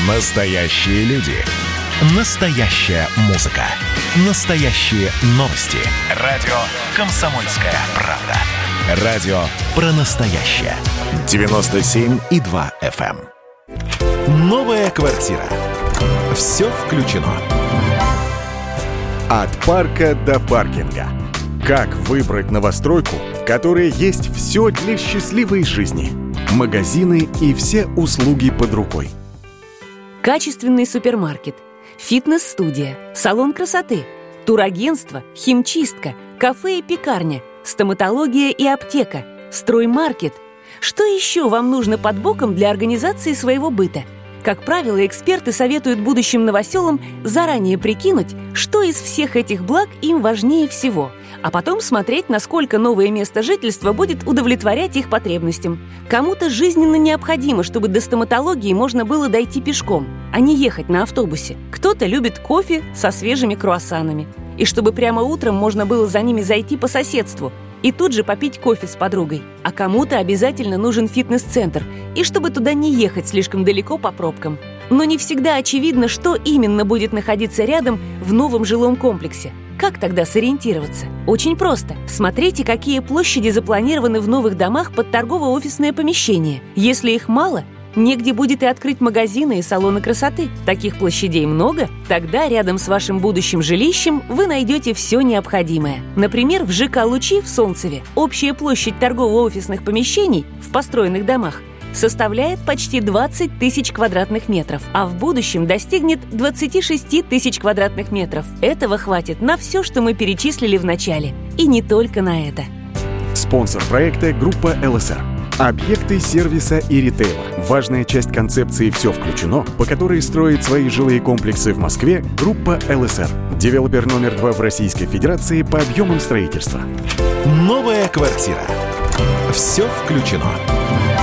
Настоящие люди. Настоящая музыка. Настоящие новости. Радио «Комсомольская правда». Радио про настоящее. 97,2 FM. Новая квартира. Все включено. От парка до паркинга. Как выбрать новостройку, в которой есть все для счастливой жизни? Магазины и все услуги под рукой. Качественный супермаркет, фитнес-студия, салон красоты, турагентство, химчистка, кафе и пекарня, стоматология и аптека, строймаркет. Что еще вам нужно под боком для организации своего быта? Как правило, эксперты советуют будущим новоселам заранее прикинуть, что из всех этих благ им важнее всего, а потом смотреть, насколько новое место жительства будет удовлетворять их потребностям. Кому-то жизненно необходимо, чтобы до стоматологии можно было дойти пешком, а не ехать на автобусе. Кто-то любит кофе со свежими круассанами. И чтобы прямо утром можно было за ними зайти по соседству и тут же попить кофе с подругой. А кому-то обязательно нужен фитнес-центр, и чтобы туда не ехать слишком далеко по пробкам. Но не всегда очевидно, что именно будет находиться рядом в новом жилом комплексе. Как тогда сориентироваться? Очень просто. Смотрите, какие площади запланированы в новых домах под торгово-офисное помещение. Если их мало, негде будет и открыть магазины и салоны красоты. Таких площадей много, тогда рядом с вашим будущим жилищем вы найдете все необходимое. Например, в ЖК «Лучи» в Солнцеве общая площадь торгово-офисных помещений в построенных домах составляет почти 20 тысяч квадратных метров, а в будущем достигнет 26 тысяч квадратных метров. Этого хватит на все, что мы перечислили в начале. И не только на это. Спонсор проекта — группа ЛСР. Объекты сервиса и ритейла. Важная часть концепции «Все включено», по которой строит свои жилые комплексы в Москве группа ЛСР. Девелопер номер 2 в Российской Федерации по объемам строительства. Новая квартира. Все включено.